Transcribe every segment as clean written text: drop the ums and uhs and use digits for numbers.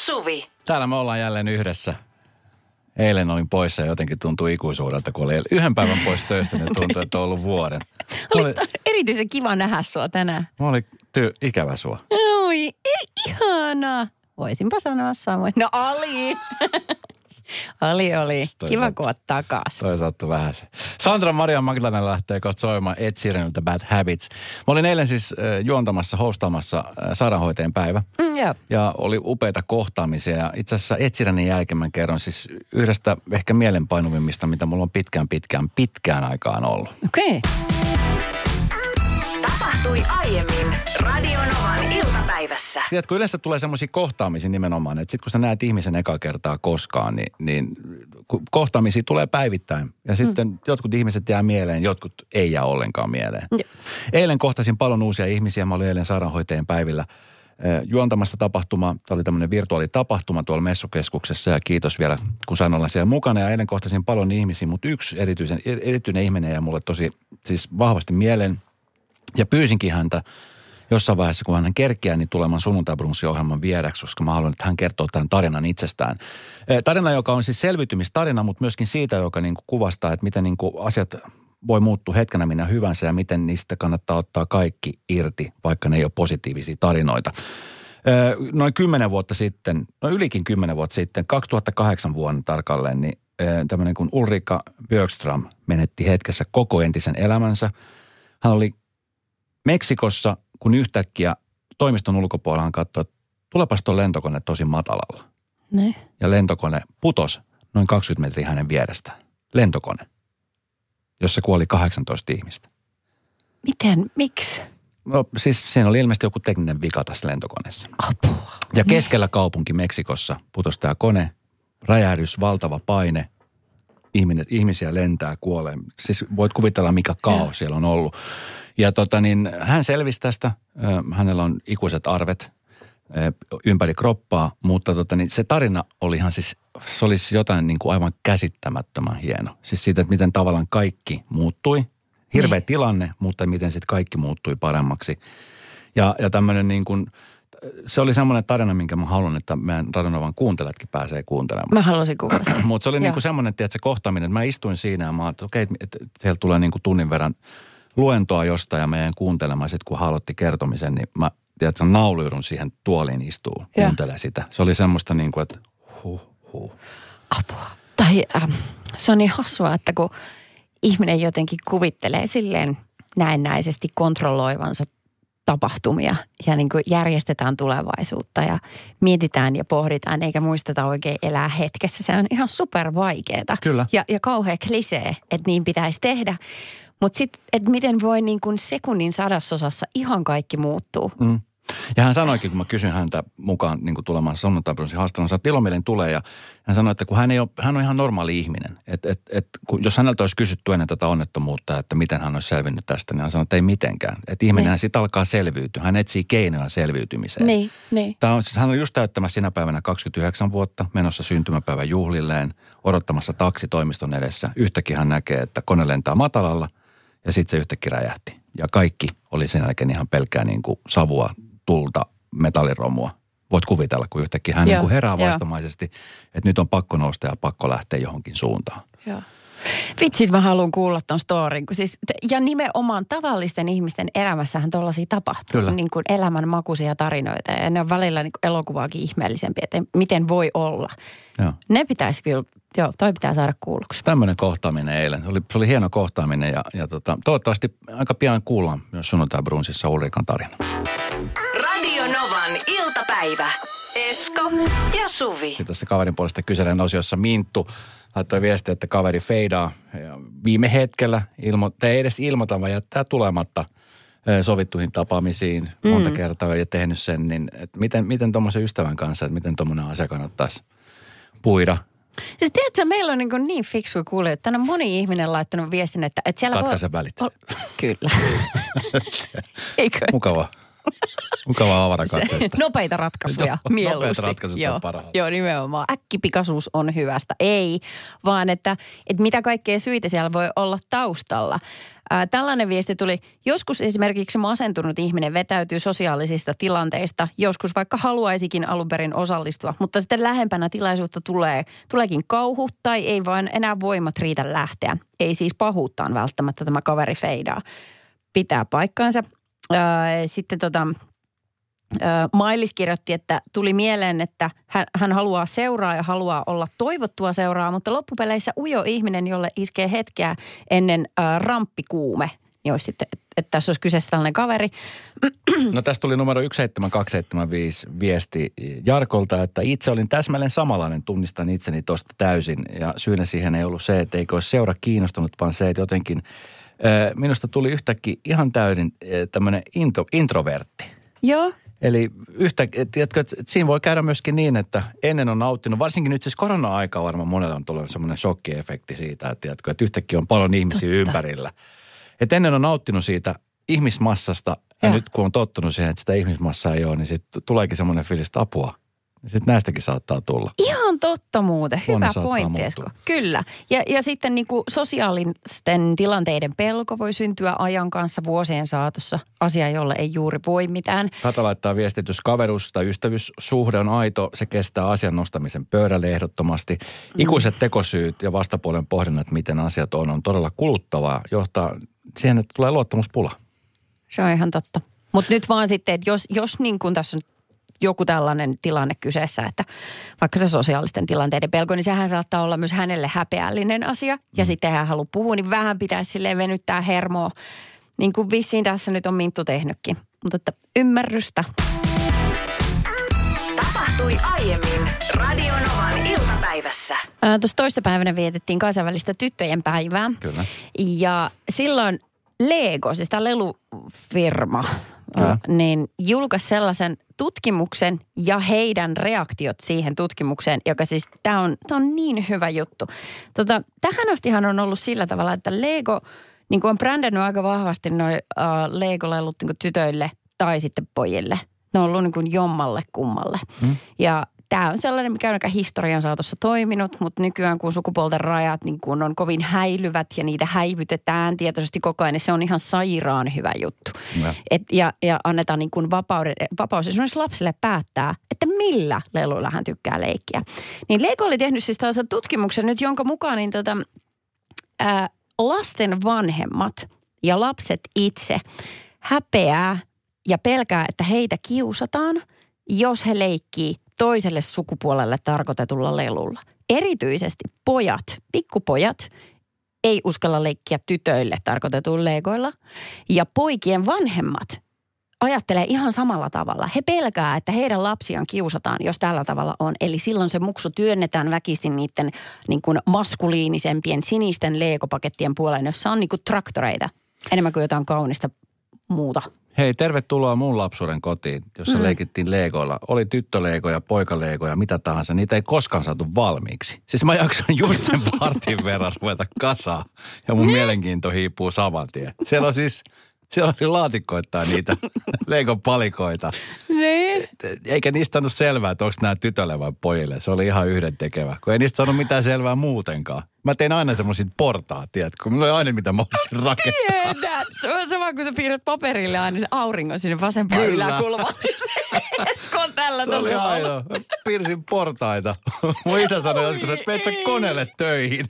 Suvi. Täällä me ollaan jälleen yhdessä. Eilen olin poissa ja jotenkin tuntui ikuisuudelta, kun oli yhden päivän pois töistä, niin tuntui, että on ollut vuoden. Oli erityisen kiva nähdä sua tänään. Mä oli ikävä sua. Oi, ihanaa. Voisinpa sanoa samoin. No oli. oli. Kiva kun oot takas. Toi sattui vähän se. Sandra Maria Magdalena lähtee kohta soimaan Ed Sheeranilta Bad Habits. Mä olin eilen siis juontamassa, hostaamassa sairaanhoitajan päivä. Joo. Ja oli upeita kohtaamisia. Ja itse asiassa Ed Sheeranin jälkeen mä kerron siis yhdestä ehkä mielenpainuvimmista, mitä mulla on pitkään aikaan ollut. Okei. Tapahtui aiemmin Radionovan iltapäivässä. Tiedätkö, yleensä tulee semmoisia kohtaamisia nimenomaan, että sit kun sä näet ihmisen eka kertaa koskaan, niin kohtaamisia tulee päivittäin. Ja sitten jotkut ihmiset jää mieleen, jotkut ei jää ollenkaan mieleen. Eilen kohtasin paljon uusia ihmisiä. Mä olin eilen sairaanhoitajien päivillä juontamassa tapahtumaa. Tämä oli tämmöinen virtuaalitapahtuma tuolla messukeskuksessa ja kiitos vielä, kun sain olla siellä mukana. Ja eilen kohtasin paljon ihmisiä, mutta yksi erityinen ihminen jäi mulle tosi siis vahvasti mieleen. Ja pyysinkin häntä jossain vaiheessa, kun hän kerkiää, niin tulemaan sunnuntai-brunssi-ohjelman vieraksi, koska mä haluan, että hän kertoo tämän tarinan itsestään. Tarina, joka on siis selviytymistarina, mutta myöskin siitä, joka niin kuin kuvastaa, että miten niin kuin asiat voi muuttua hetkenä minä hyvänsä ja miten niistä kannattaa ottaa kaikki irti, vaikka ne ei ole positiivisia tarinoita. Noin 10 vuotta sitten, ylikin 10 vuotta sitten, 2008 vuonna tarkalleen, niin tämmöinen kuin Ulrika Björkström menetti hetkessä koko entisen elämänsä. Hän oli Meksikossa, kun yhtäkkiä toimiston ulkopuolella hän katsoi, että tulepas tuon lentokone tosi matalalla. Ne. Ja lentokone putosi noin 20 metriä hänen vierestään. Lentokone, jossa kuoli 18 ihmistä. Miten? Miksi? No siis siinä oli ilmeisesti joku tekninen vika tässä lentokoneessa. Apua. Ja keskellä kaupunki Meksikossa putosi tämä kone, räjähdys, valtava paine. Ihmisiä lentää, kuolee. Siis voit kuvitella, mikä kaos siellä on ollut. Ja hän selvisi tästä. Hänellä on ikuiset arvet ympäri kroppaa, mutta se tarina oli ihan siis, se olisi jotain niin kuin aivan käsittämättömän hieno. Siis siitä, että miten tavallaan kaikki muuttui. Hirveä tilanne, mutta miten sitten kaikki muuttui paremmaksi. Ja tämmöinen niin kuin, se oli semmoinen tarina, minkä mä haluan, että meidän Radionovan kuuntelijatkin pääsee kuuntelemaan. Mä halusin kuulla sen. Mutta se oli niin kuin semmoinen, että se kohtaaminen, että mä istuin siinä ja mä ajattelin, okei, että siellä tulee niin kuin tunnin verran luentoa jostain ja meidän kuuntelemaan. Sitten kun aloitti kertomisen, niin mä nauliudun siihen tuoliin istuu, kuuntele sitä. Se oli semmoista niin kuin, että Apua. Tai se on niin hassua, että kun ihminen jotenkin kuvittelee silleen näennäisesti kontrolloivansa tapahtumia ja niin kuin järjestetään tulevaisuutta ja mietitään ja pohditaan eikä muisteta oikein elää hetkessä. Se on ihan super vaikeeta. Kyllä. Ja kauhea klisee, että niin pitäisi tehdä. Mutta sitten, että miten voi niin kuin sekunnin sadasosassa ihan kaikki muuttuu. Ja hän sanoikin, kun mä kysyin häntä mukaan niin kuin tulemaan sunnuntai-brunssin haastatteluun, että ilomielin tulee ja hän sanoi, että kun hän on ihan normaali ihminen. Että jos häneltä olisi kysytty ennen tätä onnettomuutta, että miten hän olisi selvinnyt tästä, niin hän sanoi, että ei mitenkään. Että ihminenhän sitten alkaa selviytyä. Hän etsii keinoja selviytymiseen. Niin. Hän on just täyttämässä sinä päivänä 29 vuotta, menossa syntymäpäivän juhlilleen, odottamassa taksitoimiston edessä. Yhtäkkiä hän näkee, että kone lentää matalalla ja sitten se yhtäkkiä räjähti. Ja kaikki oli sen jälkeen ihan pelkkää niin kuin savua, tulta, metalliromua. Voit kuvitella, kun yhtäkkiä hän niin kuin herää vastamaisesti, että nyt on pakko nousta ja pakko lähteä johonkin suuntaan. Joo. Vitsit, mä haluan kuulla ton storin. Ja nimenomaan tavallisten ihmisten elämässähän tollaisia tapahtuu. Kyllä. Niin kuin elämänmakuisia tarinoita. Ja ne on välillä niin kuin elokuvaakin ihmeellisempiä, että miten voi olla. Joo. Ne pitäisi kyllä, toi pitää saada kuulluksi. Tämmöinen kohtaaminen eilen. Se oli hieno kohtaaminen ja toivottavasti aika pian kuullaan myös sunnuntai-brunssissa Ulrikan tarina. Radionovan iltapäivä. Esko ja Suvi. Sitten tässä kaverin puolesta kyselen osiossa Minttu laittoi viestiä, että kaveri feidaa. Ja viime hetkellä ei edes ilmoita, vaan jättää tulematta sovittuihin tapaamisiin monta kertaa ja tehnyt sen. Niin, että miten tuommoisen ystävän kanssa, että miten tuommoinen asia kannattaisi puida? Siis tiedätkö, meillä on niin fiksu kuulee, että tänne on moni ihminen laittanut viestin, että siellä Katkaise välit. Kyllä. Eikö? Mukavaa. Mukavaa avarakatseista. Nopeita ratkaisuja mieluusti. Nopeat ratkaisut on parhaat. Joo, nimenomaan. Äkkipikaisuus on hyvästä. Ei, vaan että mitä kaikkea syitä siellä voi olla taustalla. Tällainen viesti tuli, joskus esimerkiksi masentunut ihminen vetäytyy sosiaalisista tilanteista, joskus vaikka haluaisikin alun perin osallistua, mutta sitten lähempänä tilaisuutta tuleekin kauhu tai ei vaan enää voimat riitä lähteä. Ei siis pahuuttaan välttämättä tämä kaveri feidaa. Pitää paikkaansa. Sitten Mailis kirjoitti, että tuli mieleen, että hän haluaa seuraa ja haluaa olla toivottua seuraa, mutta loppupeleissä ujo ihminen, jolle iskee hetkeä ennen ramppikuume, niin olisi sitten, että tässä olisi kyseessä tällainen kaveri. No tästä tuli numero 17275 viesti Jarkolta, että itse olin täsmälleen samanlainen, tunnistan itseni tuosta täysin. Ja syynä siihen ei ollut se, että eikö olisi seura kiinnostunut, vaan se, että jotenkin minusta tuli yhtäkkiä ihan täysin tämmöinen introvertti. Joo. Eli tiedätkö, että siinä voi käydä myöskin niin, että ennen on nauttinut, varsinkin nyt siis korona-aikaa varmaan monella on tullut semmoinen shokkiefekti siitä, että, tiedätkö, että yhtäkkiä on paljon ihmisiä ympärillä. Että ennen on nauttinut siitä ihmismassasta ja nyt kun on tottunut siihen, että sitä ihmismassaa ei ole, niin sitten tuleekin semmoinen fiilis, että apua. Sitten näistäkin saattaa tulla. Ihan totta muuten. Hyvä pointti, Esko. Kyllä. Ja sitten niin kuin sosiaalisten tilanteiden pelko voi syntyä ajan kanssa vuosien saatossa. Asia, jolle ei juuri voi mitään. Kata laittaa viestitys, kaveruus tai ystävyyssuhde on aito. Se kestää asian nostamisen pöydälle ehdottomasti. Ikuiset tekosyyt ja vastapuolen pohdinnat, miten asiat on todella kuluttavaa. Johtaa siihen, että tulee luottamuspula. Se on ihan totta. Mutta nyt vaan sitten, että jos niin kuin tässä on joku tällainen tilanne kyseessä, että vaikka se sosiaalisten tilanteiden pelko, niin sehän saattaa olla myös hänelle häpeällinen asia. Ja sitten hän haluaa puhua, niin vähän pitäisi silleen venyttää hermoa. Niin kuin vissiin tässä nyt on Minttu tehnytkin. Mutta että ymmärrystä. Tapahtui aiemmin Radio Novan iltapäivässä. Tuossa toissapäivänä vietettiin kansainvälistä tyttöjen päivää. Kyllä. Ja silloin Lego, siis tämä lelufirma, niin julkaisi sellaisen tutkimuksen ja heidän reaktiot siihen tutkimukseen, joka siis, tämä on niin hyvä juttu. Tähän astihan on ollut sillä tavalla, että Lego niin kuin on brändännyt aika vahvasti noi Lego-lelut niin kuin tytöille tai sitten pojille. Ne on ollut niin kuin jommalle kummalle. Ja tämä on sellainen, mikä on aika historian saatossa toiminut, mutta nykyään kun sukupuolten rajat niin kun on kovin häilyvät ja niitä häivytetään tietoisesti koko ajan, niin se on ihan sairaan hyvä juttu. Ja annetaan niin kuin vapaus esimerkiksi lapsille päättää, että millä leluilla hän tykkää leikkiä. Niin Lego oli tehnyt siis tällaisen tutkimuksen nyt, jonka mukaan niin lasten vanhemmat ja lapset itse häpeää ja pelkää, että heitä kiusataan, jos he leikkii toiselle sukupuolelle tarkoitetulla lelulla. Erityisesti pojat, pikkupojat, ei uskalla leikkiä tytöille tarkoitetuilla legoilla. Ja poikien vanhemmat ajattelee ihan samalla tavalla. He pelkää, että heidän lapsiaan kiusataan, jos tällä tavalla on. Eli silloin se muksu työnnetään väkisin niiden niin kuin maskuliinisempien sinisten legopakettien puoleen, jossa on niin kuin traktoreita enemmän kuin jotain kaunista muuta. Hei, tervetuloa mun lapsuuden kotiin, jossa leikittiin legoilla. Oli tyttölegoja, poikalegoja, mitä tahansa. Niitä ei koskaan saatu valmiiksi. Siis mä jaksoin just sen vartin verran ruveta kasaan. Ja mun mielenkiinto hiipuu saman tien. Siellä oli laatikkoittain niitä Lego-palikoita. Niin. Eikä niistä saanut selvää, että onko nämä tytölle vai pojille. Se oli ihan yhdentekevä, kun ei niistä saanut mitään selvää muutenkaan. Mä tein aina semmoisia portaat, tiedätkö? Mulla oli aina mitä mä olisin rakentaa. Tiedät. Se on sama, kun sä piirrät paperille aina se auringon sinne vasempaan yläkulmaan. Esko on tällä tasolla. Se oli aina. Mä piirsin portaita. Mun isä sanoi joskus, että meet sä koneelle töihin.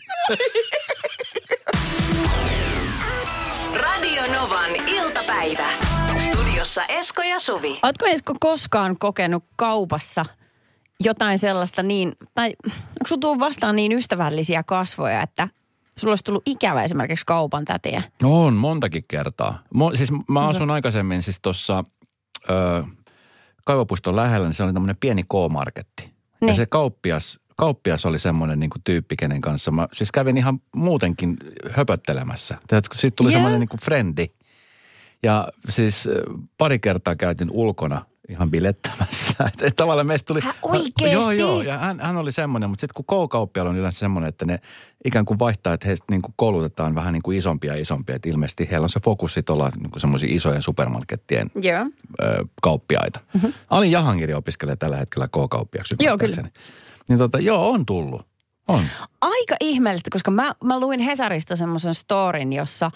Radio Novan iltapäivä. Studiossa Esko ja Suvi. Ootko Esko koskaan kokenut kaupassa jotain sellaista tai onko sulla tullut vastaan niin ystävällisiä kasvoja, että sulla olisi tullut ikävä esimerkiksi kaupan tätiä? No on, montakin kertaa. Siis mä asun aikaisemmin siis tuossa Kaivopuiston lähellä, niin se oli tämmöinen pieni K-marketti. Niin. Ja se kauppias oli semmoinen niin kuin tyyppi, kenen kanssa mä siis kävin ihan muutenkin höpöttelemässä. Sitten tuli semmoinen niin kuin frendi. Ja siis pari kertaa käytin ulkona ihan bilettämässä. Että tavallaan meistä tuli... Oikeesti? Joo, ja hän oli semmoinen, mutta sitten kun K-kauppialla on yleensä semmoinen, että ne ikään kuin vaihtaa, että heistä niin kuin koulutetaan vähän niin kuin isompia ja isompia. Että ilmeisesti heillä on se fokus sitten olla niin kuin semmoisia isojen supermarkettien kauppiaita. Mm-hmm. Alin Jahangiri opiskelee tällä hetkellä K-kauppiaksi. Joo, kyllä. Niin on tullut. On. Aika ihmeellistä, koska mä luin Hesarista semmoisen storin, jossa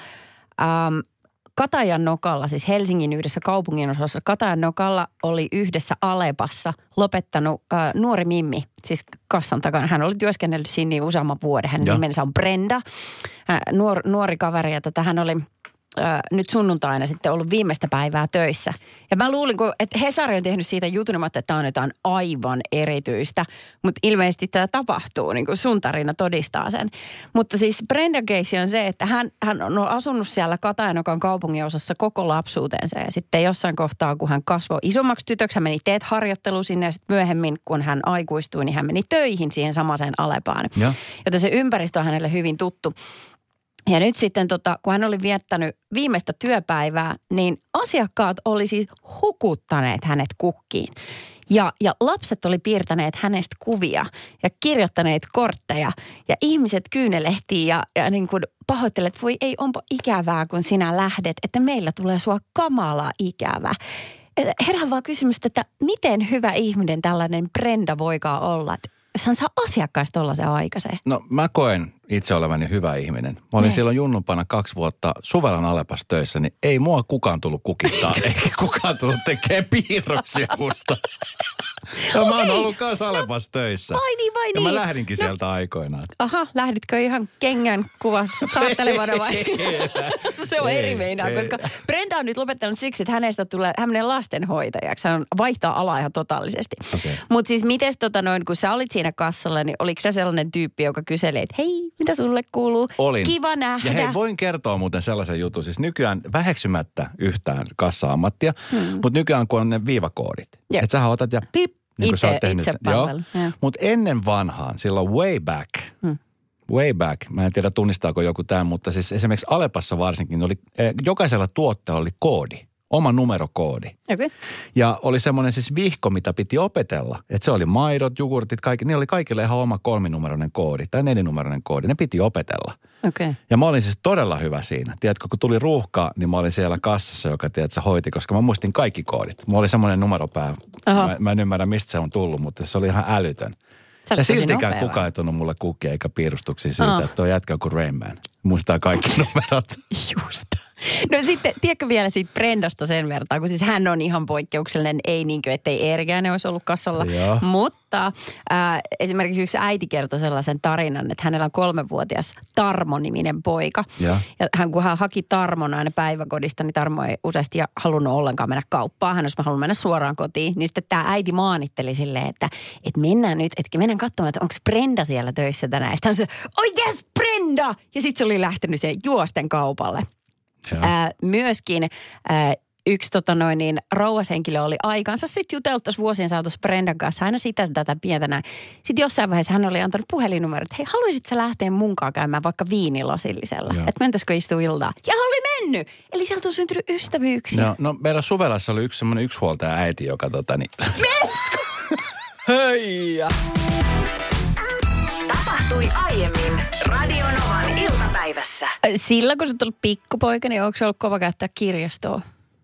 Katajanokalla, siis Helsingin yhdessä kaupungin osassa, Katajanokalla oli yhdessä Alepassa lopettanut nuori Mimmi, siis kassan takana. Hän oli työskennellyt siinä useamman vuoden. Hänen nimensä on Brenda, nuori kaveri, ja hän oli nyt sunnuntaina sitten ollut viimeistä päivää töissä. Ja mä luulin, että Hesari on tehnyt siitä jutun, että tämä on jotain aivan erityistä, mutta ilmeisesti tämä tapahtuu, niin kuin sun tarina todistaa sen. Mutta siis Brenda Casey on se, että hän on asunut siellä Katajanokan kaupunginosassa koko lapsuutensa. Ja sitten jossain kohtaa, kun hän kasvoi isommaksi tytöksi, hän meni TET-harjoitteluun sinne ja sitten myöhemmin, kun hän aikuistui, niin hän meni töihin siihen samaiseen Alepaan. Ja. Joten se ympäristö on hänelle hyvin tuttu. Ja nyt sitten, kun hän oli viettänyt viimeistä työpäivää, niin asiakkaat oli siis hukuttaneet hänet kukkiin. Ja lapset oli piirtäneet hänestä kuvia ja kirjoittaneet kortteja. Ja ihmiset kyynelehtii ja niin kuin pahoittelet, että voi ei, onpa ikävää, kun sinä lähdet, että meillä tulee sua kamalaa ikävä. Herää vaan kysymys, että miten hyvä ihminen tällainen Brenda voikaan olla, että jos hän saa asiakkaista olla se aikaiseen. No mä koen itse olevani hyvä ihminen. Mä olin silloin junnumpana 2 vuotta Suvelan Alepassa töissä, niin ei mua kukaan tullut kukittaa, eikä kukaan tullut tekemään piirroksia musta. Ja mä oon ollut kanssa Alepassa töissä. Vai niin. Ja mä lähdinkin sieltä aikoinaan. Aha, lähditkö ihan kengän kuvassa saattelevana vai? Se on eri meinaa, koska Brenda on nyt lopettanut siksi, että hänestä tulee, hän menee lastenhoitajaksi. Hän vaihtaa alaa ihan totaalisesti. Okay. Mutta siis mites kun sä olit siinä kassalla, niin oliko sä sellainen tyyppi, joka kyseli, että hei, mitä sulle kuuluu? Olin. Kiva nähdä. Ja hei, voin kertoa muuten sellaisen jutun. Siis nykyään väheksymättä yhtään kassa-ammattia, mutta nykyään kun on ne viivakoodit. Että sä otat ja pip, niin kuin sä oot tehnyt. Mutta ennen vanhaan, silloin way back, mä en tiedä tunnistaako joku tämän, mutta siis esimerkiksi Alepassa varsinkin, oli, jokaisella tuotteella oli koodi. Oma numerokoodi. Okay. Ja oli semmoinen siis vihko, mitä piti opetella. Että se oli maidot, jogurtit, kaikki. Ne oli kaikille ihan oma 3-numeroinen koodi tai 4-numeroinen koodi. Ne piti opetella. Okay. Ja mä olin siis todella hyvä siinä. Tiedätkö, kun tuli ruuhka, niin mä olin siellä kassassa, joka tiedätkö, hoiti, koska mä muistin kaikki koodit. Mulla oli semmoinen numeropää. Mä en ymmärrä, mistä se on tullut, mutta se oli ihan älytön. Ja siltikään kukaan ei tuonut mulle kukkia eikä piirustuksia siitä, että tuo jätkä on kuin Rain Man. Muistaa kaikki numerot. Just. No sitten, tiedätkö vielä siitä Brendasta sen verran, kun siis hän on ihan poikkeuksellinen, ei niin kuin, ettei Eerikäinen olisi ollut kassalla. Joo. Mutta esimerkiksi yksi äiti kertoi sellaisen tarinan, että hänellä on 3-vuotias Tarmo-niminen poika. Ja kun hän haki Tarmon aina päiväkodista, niin Tarmo ei useasti halunnut ollenkaan mennä kauppaan. Hän olisi halunnut mennä suoraan kotiin. Niin sitten tämä äiti maanitteli silleen, että mennään nyt, että mennään katsomaan, että onko Brenda siellä töissä tänään. Sitten hän sanoi, oh yes, Brenda! Ja sitten se oli lähtenyt siihen juosten kaupalle. Myöskin yksi rouvashenkilö oli aikansa sitten juteltaisiin vuosien saatossa Brendan kanssa aina sitä tätä pientä näin. Sitten jossain vaiheessa hän oli antanut puhelinnumero, että hei, haluaisitko sä lähteä munkaan käymään vaikka viinilasillisella? Että mentäisikö istua iltaa? Ja oli mennyt! Eli sieltä on syntynyt ystävyyksiä. No meidän Suvelassa oli yksi semmoinen yksihuoltaja äiti, joka Mesko! Heija! Tapahtui aiemmin Radionovan iltapäivässä. Sillä kun sä oot ollut pikkupoika, niin onko se ollut kova käyttää kirjastoa?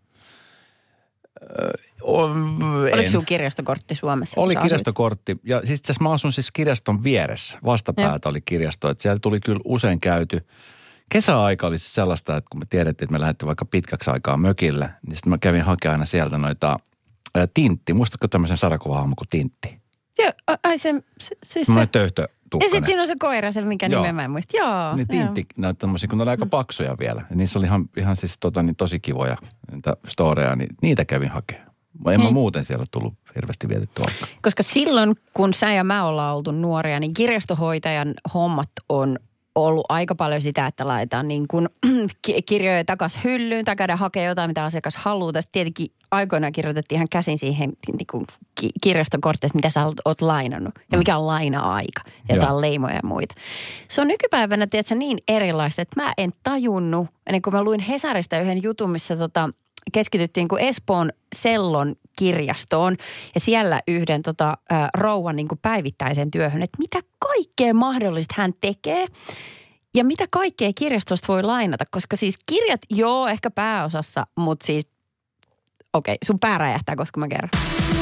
Oliko sun kirjastokortti Suomessa? Oli kirjastokortti. Ja siis itse asiassa mä asun siis kirjaston vieressä. Vastapäätä oli kirjasto. Että siellä tuli kyllä usein käyty. Kesäaika oli siis sellaista, että kun me tiedettiin, että me lähdettiin vaikka pitkäksi aikaa mökille, niin sitten mä kävin hakemaan aina sieltä noita Tintti. Muistatko tämmöisen sarjakuvahahmo kuin Tintti? Joo, ai se töyhtötukkainen. Ja sitten siinä on se koira, se mikä nimeä mä en muista. Joo. Niin Tintti, näyttää tämmöisiä, kun ne oli aika paksuja vielä. Ja niissä oli ihan siis tosi kivoja storeja, niin niitä kävin hakemaan. En mä muuten siellä tullut hirveästi vietetty aikaa. Koska silloin, kun sä ja mä ollaan oltu nuoria, niin kirjastohoitajan hommat on ollut aika paljon sitä, että laitetaan niin kuin kirjoja takaisin hyllyyn tai käydään hakemaan jotain, mitä asiakas haluaa. Tästä tietenkin aikoinaan kirjoitettiin ihan käsin siihen niin kuin kirjastokorttiin, että mitä sä oot lainannut ja mikä on laina-aika. Jotain leimoja ja muita. Se on nykypäivänä, tiedätkö, niin erilaista, että mä en tajunnut, ennen kuin mä luin Hesarista yhden jutun, missä keskityttiin kuin Espoon Sellon kirjastoon ja siellä yhden rouvan niin kuin päivittäisen työhön, että mitä kaikkea mahdollista hän tekee ja mitä kaikkea kirjastosta voi lainata, koska siis kirjat, joo, ehkä pääosassa, mutta siis okei, sun pää räjähtää, koska mä kerron.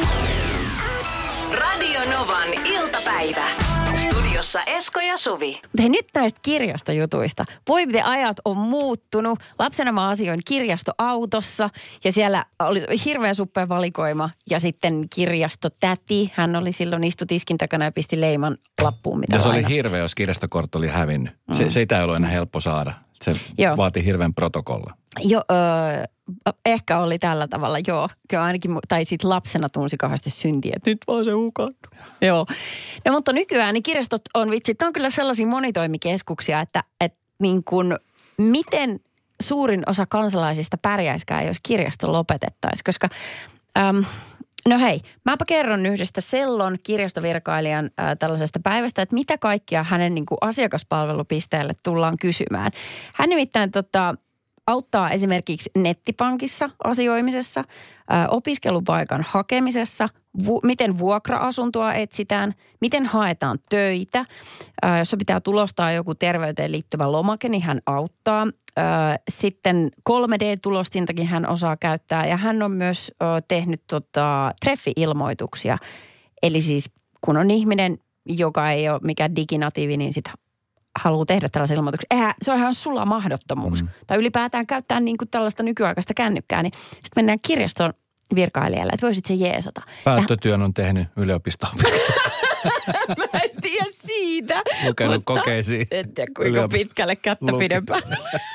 Radio Novan iltapäivä. Studiossa Esko ja Suvi. Hei, nyt näistä kirjastojutuista. Voi miten ajat on muuttunut. Lapsena mä asioin kirjastoautossa ja siellä oli hirveän suppea valikoima. Ja sitten kirjastotäti, hän oli silloin istui tiskin takana ja pisti leiman lappuun, mitä ja se lainattiin. oli hirveä, jos kirjastokortti oli hävinnyt. Se ei ollut enää helppo saada. Se vaati hirveän protokolla. Joo, ehkä oli tällä tavalla, joo. Kyllä ainakin, tai sitten lapsena tunsi kauheasti syntiä, että nyt vaan se hukannut. Joo. No mutta nykyään niin kirjastot on on kyllä sellaisia monitoimikeskuksia, että niin kuin, miten suurin osa kansalaisista pärjäiskään, jos kirjasto lopetettaisiin. Koska, no hei, mäpä kerron yhdestä Sellon kirjastovirkailijan tällaisesta päivästä, että mitä kaikkia hänen niin kuin asiakaspalvelupisteelle tullaan kysymään. Hän nimittäin auttaa esimerkiksi nettipankissa asioimisessa, opiskelupaikan hakemisessa, miten vuokra-asuntoa etsitään, miten haetaan töitä. Jos pitää tulostaa joku terveyteen liittyvä lomake, niin hän auttaa. Sitten 3D-tulostintakin hän osaa käyttää ja hän on myös tehnyt treffi-ilmoituksia. Eli siis kun on ihminen, joka ei ole mikään diginatiivi, niin sitten haluaa tehdä tällaisen ilmoituksen. Se on ihan sulla mahdottomuus. Tai ylipäätään käyttää niin kuin tällaista nykyaikaista kännykkää, niin sitten mennään kirjaston virkailijalle, että voisit se jeesata. Päättötyön on tehnyt yliopisto-opiskelija. Mä en tiedä siitä. Lukenut kokeisiin. En tiedä kuinka pitkälle kättä pidempään.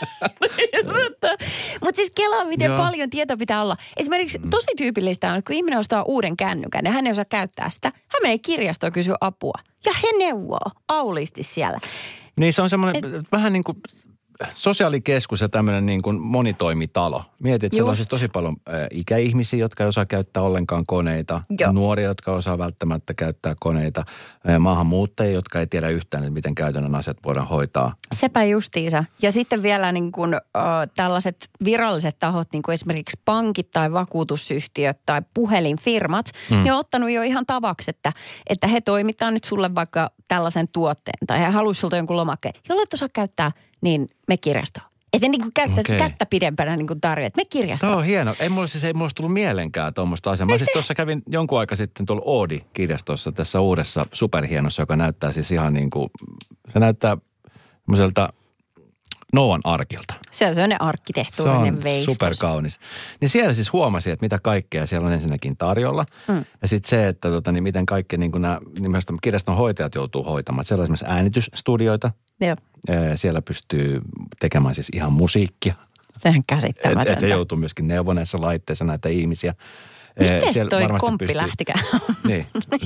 Mutta siis kelaa, miten paljon tietoa pitää olla. Esimerkiksi tosi tyypillistä on, että kun ihminen ostaa uuden kännykän ja hän ei osaa käyttää sitä, hän menee kirjastoon kysyä apua. Ja he neuvoo auliisti siellä. Niin se on semmoinen vähän niin kuin sosiaalikeskus ja tämmöinen niin kuin monitoimitalo. Mietit, siellä on siis tosi paljon ikäihmisiä, jotka ei osaa käyttää ollenkaan koneita. Joo. Nuoria, jotka osaa välttämättä käyttää koneita. Maahanmuuttajia, jotka ei tiedä yhtään, että miten käytännön asiat voidaan hoitaa. Sepä justiinsa. Ja sitten vielä niin kuin, tällaiset viralliset tahot, niin kuin esimerkiksi pankit tai vakuutusyhtiöt tai puhelinfirmat, ne on ottanut jo ihan tavaksi, että he toimittaa nyt sulle vaikka tällaisen tuotteen tai he haluaisi sulta jonkun lomakkeen, jolla et osaa käyttää, niin me kirjastoon. Että niin kuin käyttäisi kättä pidempänä niin kuin tarjoat. Me kirjastoon. Tämä on hieno. Ei mulla tullut mielenkään tuommoista asiaa. Mä siis tuossa kävin jonkun aika sitten tuolla Oodi-kirjastossa tässä uudessa superhienossa, joka näyttää siis ihan niin kuin, se näyttää semmoiselta Noan arkilta. Se on sellainen arkkitehtuurinen veistos. Se on superkaunis. Niin siellä siis huomasin, että mitä kaikkea siellä on ensinnäkin tarjolla. Ja sitten se, että niin miten kaikki niin kuin nämä nimenomaan kirjaston hoitajat joutuu hoitamaan. Siellä on esimerkiksi äänitysstudioita. Joo. Siellä pystyy tekemään siis ihan musiikkia. Sehän käsittämätöntä. Että joutuu myöskin neuvoneessa laitteessa näitä ihmisiä. Miten toi komppi lähtikään? Niin.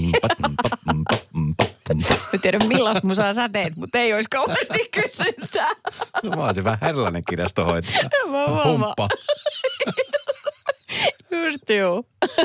Mä tiedän millaista musaa sä teet, mutta ei olisi kauheasti kysyntää. No, mä olisin vähän erilainen kirjastohoitaja. Humppa. Just joo.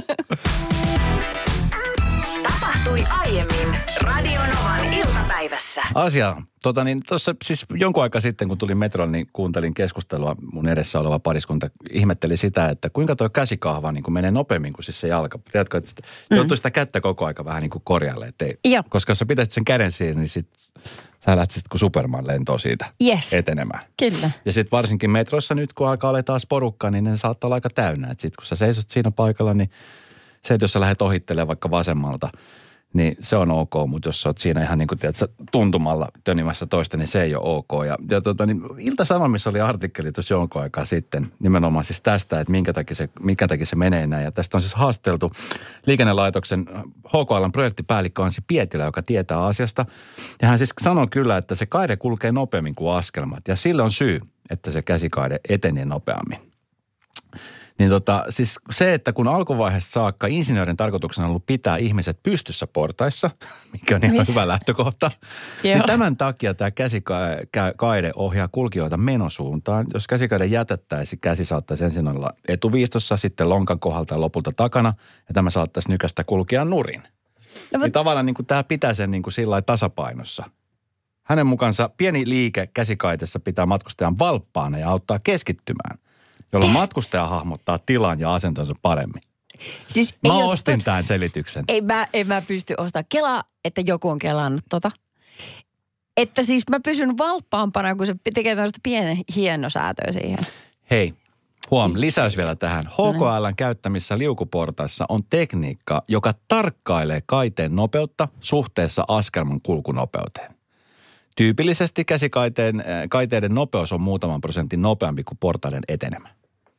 Tapahtui aiemmin Radio Novan iltapäivässä. Asia. Tuossa siis jonkun aika sitten, kun tulin metrolle, niin kuuntelin keskustelua. Mun edessä oleva pariskunta ihmetteli sitä, että kuinka tuo käsikahva niin kuin menee nopeammin kuin siis se jalka. Tiedätkö, että joutuu sitä kättä koko aika vähän niin kuin korjalle. Koska jos sä pitäisit sen käden siinä, niin sit sä lähtisit kuin Superman lentoon siitä etenemään. Kyllä. Ja sitten varsinkin metrossa nyt, kun alkaa olla taas porukkaa, niin ne saattaa olla aika täynnä. Että sitten kun sä seisot siinä paikalla, niin se, että jos sä lähdet ohittelemaan vaikka vasemmalta, niin se on ok, mutta jos sä oot siinä ihan niin kuin tiedät, tuntumalla tönimässä toista, niin se ei ole ok. Ja niin Ilta-Sanomissa oli artikkeli tuossa jonkun aikaa sitten nimenomaan siis tästä, että minkä takia se menee näin. Ja tästä on siis haasteltu liikennelaitoksen HKL:n projektipäällikkö Ansi Pietilä, joka tietää asiasta. Ja hän siis sanoo kyllä, että se kaide kulkee nopeammin kuin askelmat. Ja sillä on syy, että se käsikaide etenee nopeammin. Niin siis se, että kun alkuvaiheessa saakka insinöörin tarkoituksena on ollut pitää ihmiset pystyssä portaissa, mikä on ihan hyvä lähtökohta, niin tämän takia tämä käsikaide ohjaa kulkijoita menosuuntaan. Jos käsikaide jätettäisiin, käsi saattaisi ensin olla etuviistossa, sitten lonkan kohdalta ja lopulta takana, ja tämä saattaisi nykästä kulkea nurin. Niin tavallaan niin kuin tämä pitää sen niin kuin sillä tasapainossa. Hänen mukaansa pieni liike käsikaitessa pitää matkustajan valppaana ja auttaa keskittymään, jolloin matkustaja hahmottaa tilan ja asentonsa paremmin. Siis Mä ostin tämän selityksen. En mä pysty ostamaan. Kelaa, että joku on kelannut tota. Että siis mä pysyn valppaampana, kun se tekee tällaista pienen hienosäätöä siihen. Hei, lisäys vielä tähän. HKL:n käyttämissä liukuportaissa on tekniikka, joka tarkkailee kaiteen nopeutta suhteessa askelman kulkunopeuteen. Tyypillisesti käsikaiteiden nopeus on muutaman prosentin nopeampi kuin portaiden etenemä.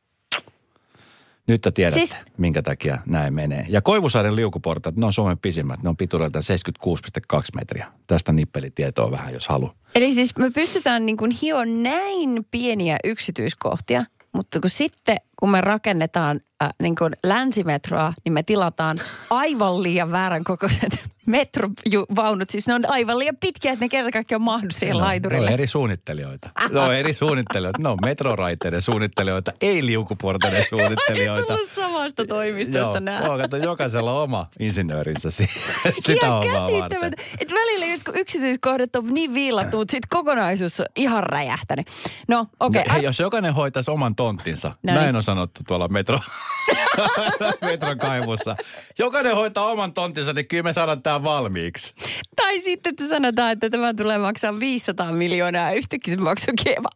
Nyt te tiedätte, minkä takia näin menee. Ja Koivusaaren liukuportaat, ne on Suomen pisimmät. Ne on pituudeltaan 76,2 metriä. Tästä nippelitietoa vähän, jos haluaa. Eli siis me pystytään niin kuin hioon näin pieniä yksityiskohtia, mutta kun me rakennetaan niin kuin länsimetroa, niin me tilataan aivan liian väärän kokoiset metrovaunut. Siis ne on aivan liian pitkiä, että ne kerta kaikkiaan mahdu siihen laiturille. Ne on eri suunnittelijoita. Ne on metroraiteiden suunnittelijoita, ei liukuportaiden suunnittelijoita. Ei tullut samasta toimistosta nää. Joo, kato, jokaisella on oma insinöörinsä sitä hommaa varten. Että välillä jotkut yksityiskohdat on niin viilattu, mutta sitten kokonaisuus on ihan räjähtänyt. No, okei. Hei, jos jokainen hoitaisi oman tonttinsa, näin on sanottu tuolla metrokaivussa. Jokainen hoitaa oman tonttinsa, niin kyllä me saadaan tämä valmiiksi. Tai sitten, että sanotaan, että tämä tulee maksaa 500 miljoonaa. Yhtäkkiä se maksaa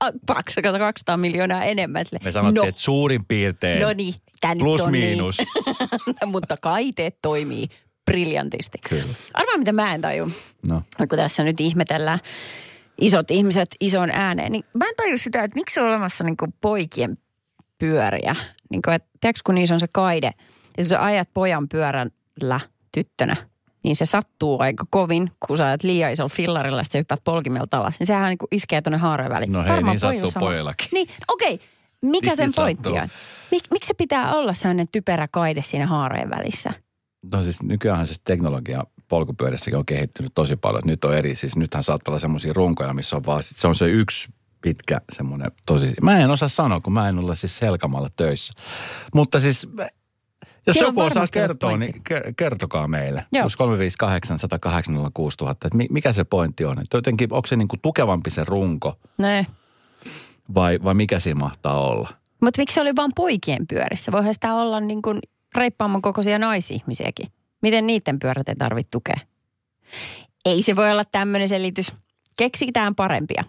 200 miljoonaa enemmän. Me sanottiin, että suurin piirtein plus miinus. Mutta kaiteet toimii briljantisti. Kyllä. Arvaa, mitä mä en taju. No. Kun tässä nyt ihmetellään isot ihmiset ison ääneen, niin mä en taju sitä, että miksi on olemassa niin kuin poikien pyöriä. Niin kuin, että tiedätkö, kun niissä on se kaide, ja sä ajat pojan pyörällä tyttönä, niin se sattuu aika kovin, kun sä ajat liian isolla fillarilla, ja sä hyppäät polkimelta alas. Niin sehän niin kuin iskee tuonne haareen väliin. No hei, niin sattuu pojallakin. Niin, okei. Mikä sen pointti on? Miksi se pitää olla sellainen typerä kaide siinä haareen välissä? No siis nykyäänhän se teknologia polkupyörässäkin on kehittynyt tosi paljon. Nyt on eri, siis nythän saattaa olla semmoisia runkoja, missä on vaan, se on se yksi pitkä semmoinen tosi, mä en osaa sanoa, kun mä en ole siis Selkamalla töissä. Mutta siis, jos joku osaa kertoa, niin kertokaa meille. Plus 358 108 06000, että mikä se pointti on? Että jotenkin, onko se niinku tukevampi se runko? Ne. Vai mikä siinä mahtaa olla? Mutta miksi se oli vaan poikien pyörissä? Voihan sitä olla niin kuin reippaamman kokoisia naisihmisiäkin. Miten niiden pyörät ei tarvitse tukea? Ei se voi olla tämmöinen selitys. Keksitään parempia.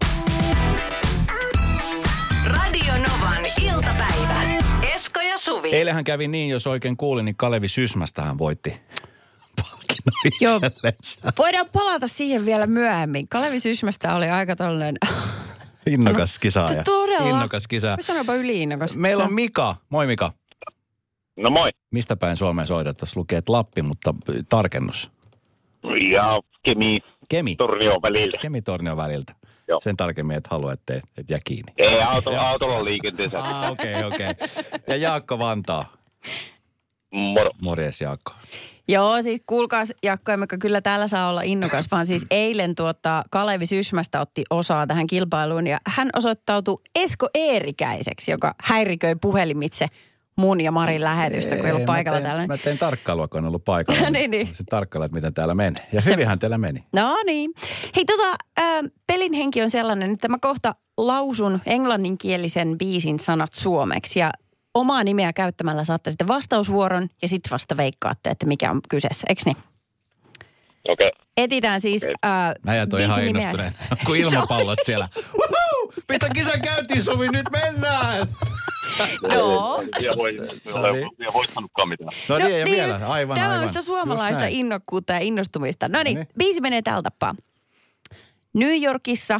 Radio Novan iltapäivä. Esko ja Suvi. Eilähän kävi niin, jos oikein kuulin, niin Kalevi Sysmästähän voitti palkinnon itsellensä. Voidaan palata siihen vielä myöhemmin. Kalevi Sysmästä oli aika tollainen innokas kisaaja. Todella. Innokas kisaaja. Mä sanoinpa yli-innokas. Meillä on Mika. Moi Mika. No moi. Mistä päin Suomeen soitat? Tuossa lukee, että Lappi, mutta tarkennus. Ja Kemi-Tornion väliltä. Kemi-Tornion väliltä. Joo. Sen tarkemmin et halua, et jää kiinni. Ei, autolla on liikenteessä. Okei. Ja Jaakko Vantaa. Moro. Morjes Jaakko. Joo, siis kuulkaas Jaakko, emmekä kyllä täällä saa olla innokas, vaan siis eilen Kalevi Sysmästä otti osaa tähän kilpailuun ja hän osoittautui Esko Eerikäiseksi, joka häiriköi puhelimitse mun ja Marin lähetystä, kun ei ollut paikalla täällä. Mä tein tarkkailua, kun en ollut paikalla. niin. Se tarkkailla, että miten täällä menee. Ja hyvinhän teillä meni. No niin. Hei pelin henki on sellainen, että mä kohta lausun englanninkielisen biisin sanat suomeksi. Ja omaa nimeä käyttämällä saatte sitten vastausvuoron ja sitten vasta veikkaatte, että mikä on kyseessä. Eikö niin? Okei. Etitään siis Näjät on ihan innostuneen, kun ilmapallot siellä. Pistä kisan käyntiin, Suvi, nyt mennään! Joo. Ei voittanutkaan mitään. No niin, ja vielä, aivan. Tämä on sitä suomalaista innokkuutta ja innostumista. No niin, biisi menee tällä tapaa. New Yorkissa,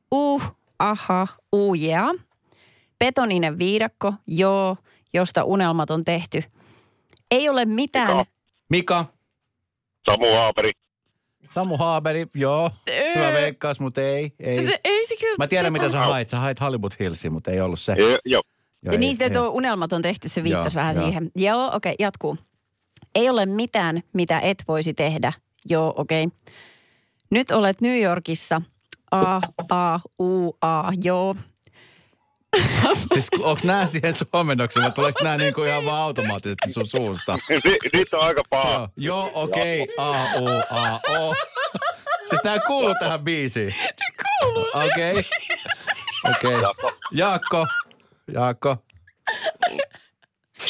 yeah. Betoninen viidakko, joo, josta unelmat on tehty. Ei ole mitään. Mika. Samu Haaberi, joo. Hyvä veikkaus, mutta ei. Se kyllä. Mä tiedän, mitä sä hait. Sä hait Hollywood Hillsiin, mutta ei ollut se. Joo. Ja niistä tuo unelmat on tehty, se viittasi vähän siihen. Joo, okei, jatkuu. Ei ole mitään, mitä et voisi tehdä. Joo, okei. Nyt olet New Yorkissa. Joo. Siis onks nää siihen suomennokseen, vai tuleeko nää niinku ihan vaan automaattisesti sun suusta? Nyt on aika paha. Joo, okei. O. Siis nää kuuluu tähän biisiin. Ne kuuluu. Okei. Jaakko.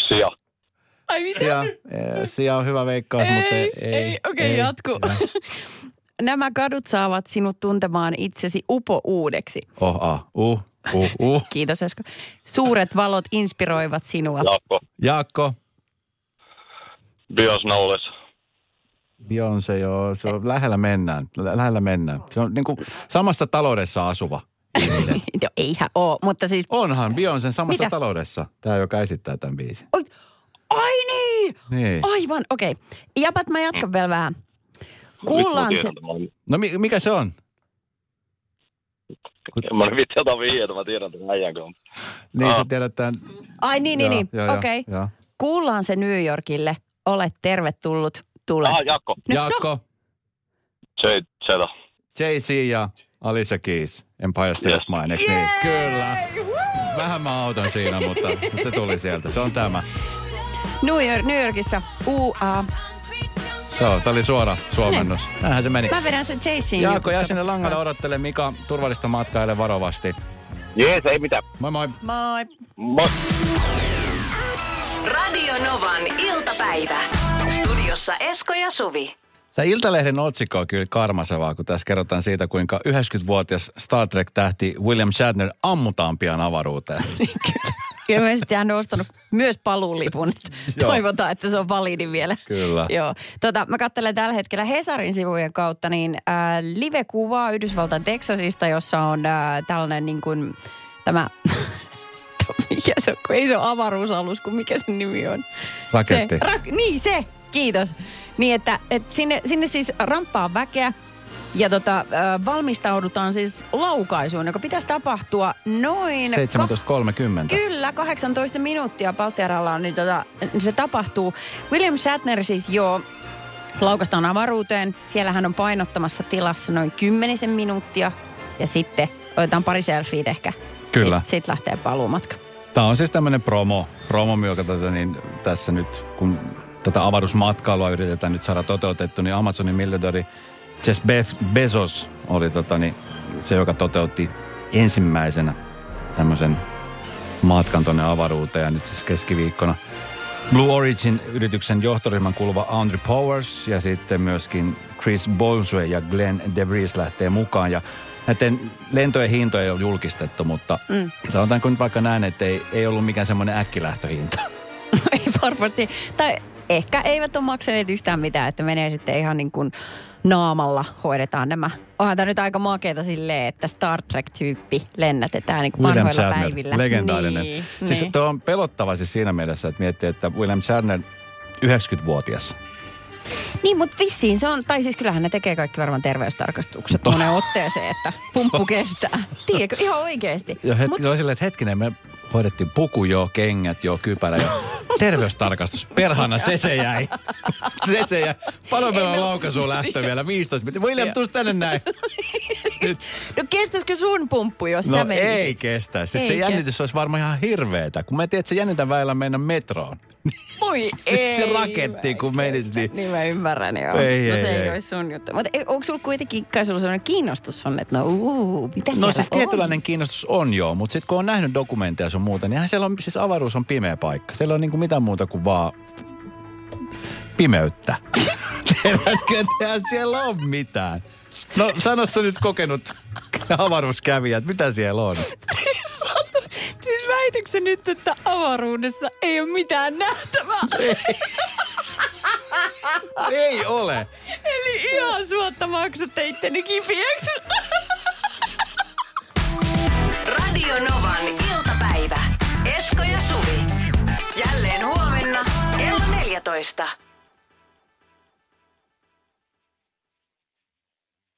Sia. Ai mitä? Sia on hyvä veikkaus, mutta ei. Okei, jatku. Nämä kadut saavat sinut tuntemaan itsesi upouudeksi. Kiitos, Esko. Suuret valot inspiroivat sinua. Jaakko. Beyoncé, joo. Se on lähellä mennään. Se on niin kuin samassa taloudessa asuva ihminen. No eihän oo, mutta siis... Onhan Beyoncé samassa taloudessa. Tämä, joka esittää tämän biisin. Ai niin! Aivan, okei. Japat, mä jatkan vielä vähän. Kuullaan se... No mikä se on? Mä en vitsi ota vihjeitä, mä tiedän tämän äijän kanssa. Niin, sä tiedät tämän... Ai niin. Okei. Kuullaan se New Yorkille. Olet tervetullut. Tule. Jaakko. Jay-Z ja Alicia Keys. Empire State of Mind, eikö niin? Kyllä. Vähän mä autan siinä, mutta se tuli sieltä. Se on tämä. New Yorkissa. Joo, tää oli suora suomennus. Näinhän se meni. Mä vedän sen Jay-Zin. Jaakko, jää sinne langalle odottele. Mika, turvallista matkaile varovasti. Jees, ei mitään. Moi. Moi. Radio Novan iltapäivä. Studiossa Esko ja Suvi. Se Iltalehden otsikko on kyllä karmasevaa, kun tässä kerrotaan siitä, kuinka 90-vuotias Star Trek-tähti William Shatner ammutaan pian avaruuteen. Ilmeisesti hän on ostanut myös paluulipun. Toivotaan, että se on validi vielä. Kyllä. Joo. Mä katselen tällä hetkellä Hesarin sivujen kautta niin live-kuvaa Yhdysvaltain Texasista, jossa on tällainen niin kuin tämä... Mikä se on, kun ei se ole avaruusalus, kun mikä sen nimi on? Raketti. Se. Kiitos. Niin, että sinne siis ramppaa väkeä ja valmistaudutaan siis laukaisuun, joka pitäisi tapahtua noin... 17.30. Kyllä, 18 minuuttia Palttiaralla on, niin se tapahtuu. William Shatner siis laukaistaan avaruuteen. Siellä hän on painottamassa tilassa noin 10 minuuttia ja sitten otetaan pari selfieitä ehkä. Kyllä. Sitten lähtee paluumatka. Tämä on siis tämmöinen promo joka niin tässä nyt, kun tätä avaruusmatkailua yritetään nyt saada toteutettu, niin Amazonin miljardööri Jeff Bezos oli se, joka toteutti ensimmäisenä tämmöisen matkan tuonne avaruuteen, ja nyt siis keskiviikkona Blue Origin-yrityksen johtoryhmän kuuluva Andrew Powers ja sitten myöskin Chris Boswell ja Glenn DeVries lähtee mukaan, ja näiden lentojen hintoja ei ole julkistettu, mutta sanotaanko nyt vaikka näin, että ei ollut mikään semmoinen äkkilähtöhinta. Ei varmasti. Tai ehkä eivät ole maksaneet yhtään mitään, että menee sitten ihan niin kuin naamalla hoidetaan nämä. Onhan tämä nyt aika makeata silleen, että Star Trek-tyyppi lennätetään niin kuin vanhoilla Shatner, päivillä. legendaarinen. Siis tuo on pelottava siis siinä mielessä, että miettii, että William Shatner 90-vuotias. Niin, mutta vissiin se on, tai siis kyllähän ne tekee kaikki varmaan terveystarkastukset moneen otteeseen, että pumppu kestää. Tiedätkö, ihan oikeasti. Ja silleen, että hetkinen, me hoidettiin puku jo, kengät jo, kypärä jo. Terveystarkastus, perhana, se jäi. Se jäi. Paljon meillä on laukaisuun lähtö vielä, 15 minuuttia. William, tuus tänne näin. No kestäisikö sun pumppu, jos sä menisit? Ei kestä. Siis se jännitys olisi varmaan ihan hirveetä. Kun mä tiedän, että se jännitän väillä mennä metroon. Oi ei. Se raketti, kun menisi. Niin mä ymmärrän, joo. Ei olisi sun juttu. Mutta onko sulla kuitenkin, kai sulla sellainen kiinnostus on, että mitä siellä on? No siis tietynlainen kiinnostus on joo, mutta sitten kun on nähnyt dokumentteja sun muuta, niin siellä on, siis avaruus on pimeä paikka. Siellä on niin kuin mitään muuta kuin vaan pimeyttä. Tiedätkö, siellä on mitään. No sano sä nyt kokenut avaruuskävijä, että mitä siellä on? Siis väitätkö nyt, että avaruudessa ei ole mitään nähtävää? Ei ole. Eli ihan suotta maksatte itteni kipiäksi. Radio Novan iltapäivä. Esko ja Suvi. Jälleen huomenna kello 14.